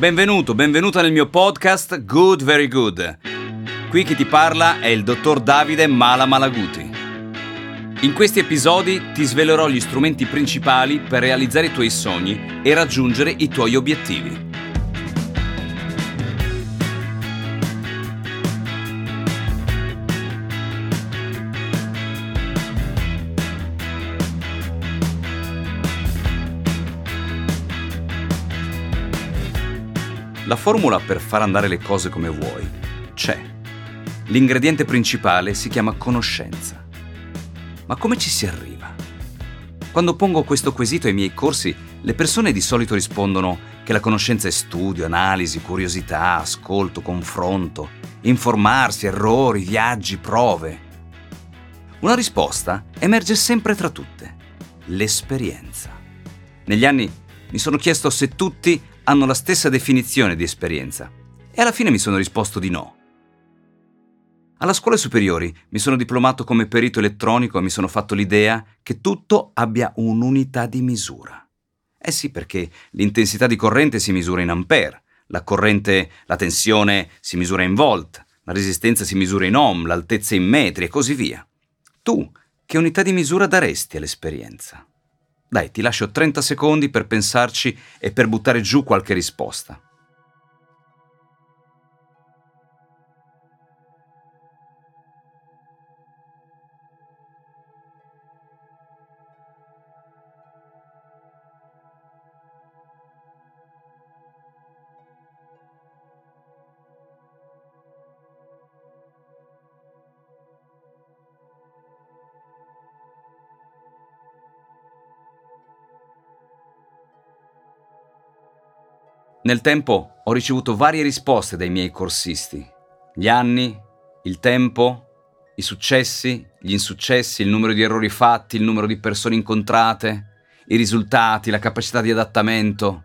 Benvenuta nel mio podcast Good Very Good. Qui chi ti parla è il dottor Davide Mala Malaguti. In questi episodi ti svelerò gli strumenti principali per realizzare i tuoi sogni e raggiungere i tuoi obiettivi. La formula per far andare le cose come vuoi c'è. L'ingrediente principale si chiama conoscenza. Ma come ci si arriva? Quando pongo questo quesito ai miei corsi, le persone di solito rispondono che la conoscenza è studio, analisi, curiosità, ascolto, confronto, informarsi, errori, viaggi, prove. Una risposta emerge sempre tra tutte: l'esperienza. Negli anni mi sono chiesto se tutti hanno la stessa definizione di esperienza e alla fine mi sono risposto di no. Alla scuola superiori mi sono diplomato come perito elettronico e mi sono fatto l'idea che tutto abbia un'unità di misura. Eh sì, perché l'intensità di corrente si misura in ampere, la tensione si misura in volt, la resistenza si misura in ohm, l'altezza in metri e così via. Tu, che unità di misura daresti all'esperienza? Dai, ti lascio 30 secondi per pensarci e per buttare giù qualche risposta. Nel tempo ho ricevuto varie risposte dai miei corsisti. Gli anni, il tempo, i successi, gli insuccessi, il numero di errori fatti, il numero di persone incontrate, i risultati, la capacità di adattamento.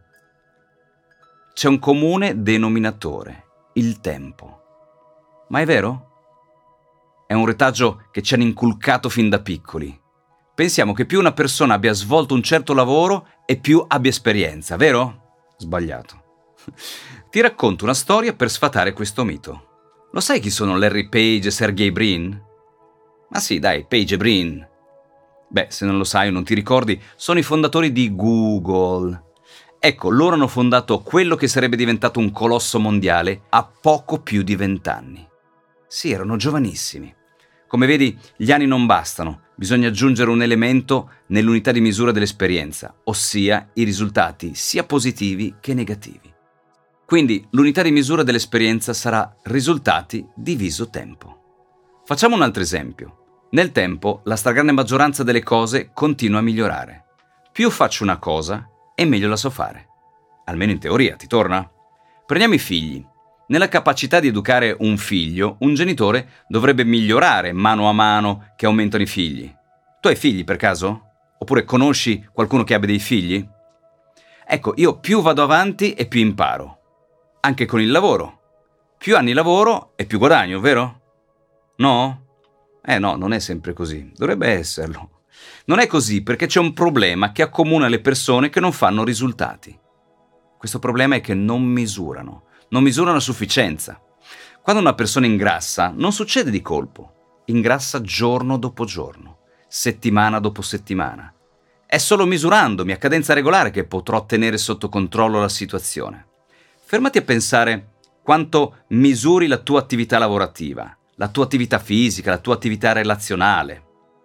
C'è un comune denominatore: il tempo. Ma è vero? È un retaggio che ci hanno inculcato fin da piccoli. Pensiamo che più una persona abbia svolto un certo lavoro e più abbia esperienza, vero? Sbagliato. Ti racconto una storia per sfatare questo mito. Lo sai chi sono Larry Page e Sergey Brin? Ma sì, dai, Page e Brin. Beh, se non lo sai o non ti ricordi, sono i fondatori di Google. Ecco, loro hanno fondato quello che sarebbe diventato un colosso mondiale a poco più di 20 anni. Sì, erano giovanissimi. Come vedi, gli anni non bastano, bisogna aggiungere un elemento nell'unità di misura dell'esperienza, ossia i risultati sia positivi che negativi. Quindi l'unità di misura dell'esperienza sarà risultati diviso tempo. Facciamo un altro esempio. Nel tempo la stragrande maggioranza delle cose continua a migliorare. Più faccio una cosa e meglio la so fare. Almeno in teoria, ti torna? Prendiamo i figli. Nella capacità di educare un figlio, un genitore dovrebbe migliorare mano a mano che aumentano i figli. Tu hai figli per caso? Oppure conosci qualcuno che abbia dei figli? Ecco, io più vado avanti e più imparo. Anche con il lavoro. Più anni lavoro e più guadagno, vero? No? No, non è sempre così. Dovrebbe esserlo. Non è così perché c'è un problema che accomuna le persone che non fanno risultati. Questo problema è che non misurano a sufficienza. Quando una persona ingrassa, non succede di colpo. Ingrassa giorno dopo giorno, settimana dopo settimana. È solo misurandomi a cadenza regolare che potrò tenere sotto controllo la situazione. Fermati a pensare quanto misuri la tua attività lavorativa, la tua attività fisica, la tua attività relazionale.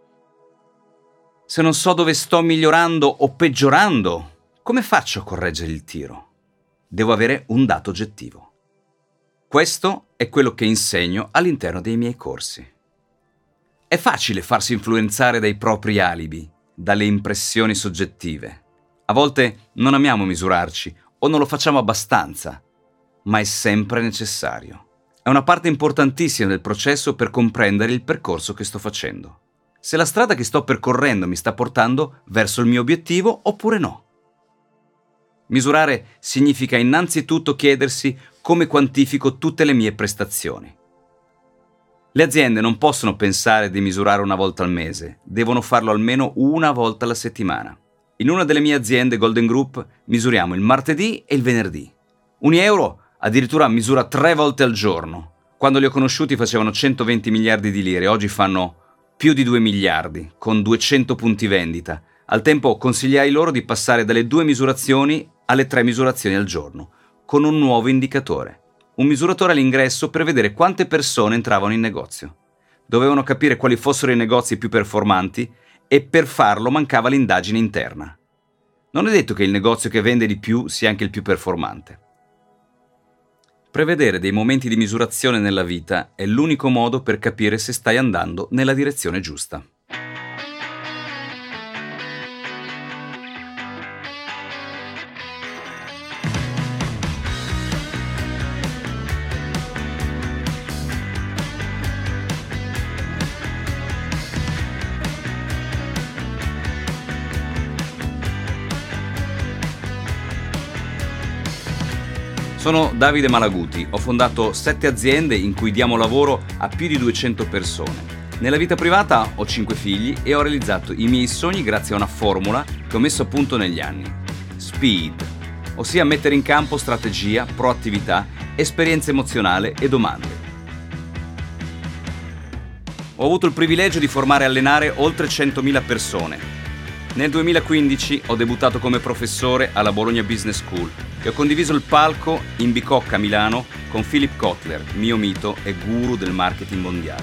Se non so dove sto migliorando o peggiorando, come faccio a correggere il tiro? Devo avere un dato oggettivo. Questo è quello che insegno all'interno dei miei corsi. È facile farsi influenzare dai propri alibi, dalle impressioni soggettive. A volte non amiamo misurarci o non lo facciamo abbastanza, ma è sempre necessario. È una parte importantissima del processo per comprendere il percorso che sto facendo. Se la strada che sto percorrendo mi sta portando verso il mio obiettivo oppure no. Misurare significa innanzitutto chiedersi come quantifico tutte le mie prestazioni. Le aziende non possono pensare di misurare una volta al mese, devono farlo almeno una volta alla settimana. In una delle mie aziende Golden Group misuriamo il martedì e il venerdì. Unieuro addirittura misura 3 volte al giorno. Quando li ho conosciuti facevano 120 miliardi di lire, oggi fanno più di 2 miliardi, con 200 punti vendita. Al tempo consigliai loro di passare dalle 2 misurazioni alle 3 misurazioni al giorno, con un nuovo indicatore. Un misuratore all'ingresso per vedere quante persone entravano in negozio. Dovevano capire quali fossero i negozi più performanti e per farlo mancava l'indagine interna. Non è detto che il negozio che vende di più sia anche il più performante. Prevedere dei momenti di misurazione nella vita è l'unico modo per capire se stai andando nella direzione giusta. Sono Davide Malaguti, ho fondato 7 aziende in cui diamo lavoro a più di 200 persone. Nella vita privata ho 5 figli e ho realizzato i miei sogni grazie a una formula che ho messo a punto negli anni. SPEED, ossia mettere in campo strategia, proattività, esperienza emozionale e domande. Ho avuto il privilegio di formare e allenare oltre 100.000 persone. Nel 2015 ho debuttato come professore alla Bologna Business School e ho condiviso il palco in Bicocca, Milano, con Philip Kotler, mio mito e guru del marketing mondiale.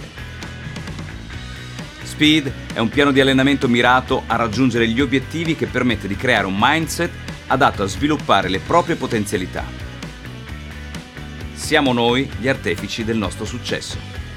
SPEED è un piano di allenamento mirato a raggiungere gli obiettivi che permette di creare un mindset adatto a sviluppare le proprie potenzialità. Siamo noi gli artefici del nostro successo.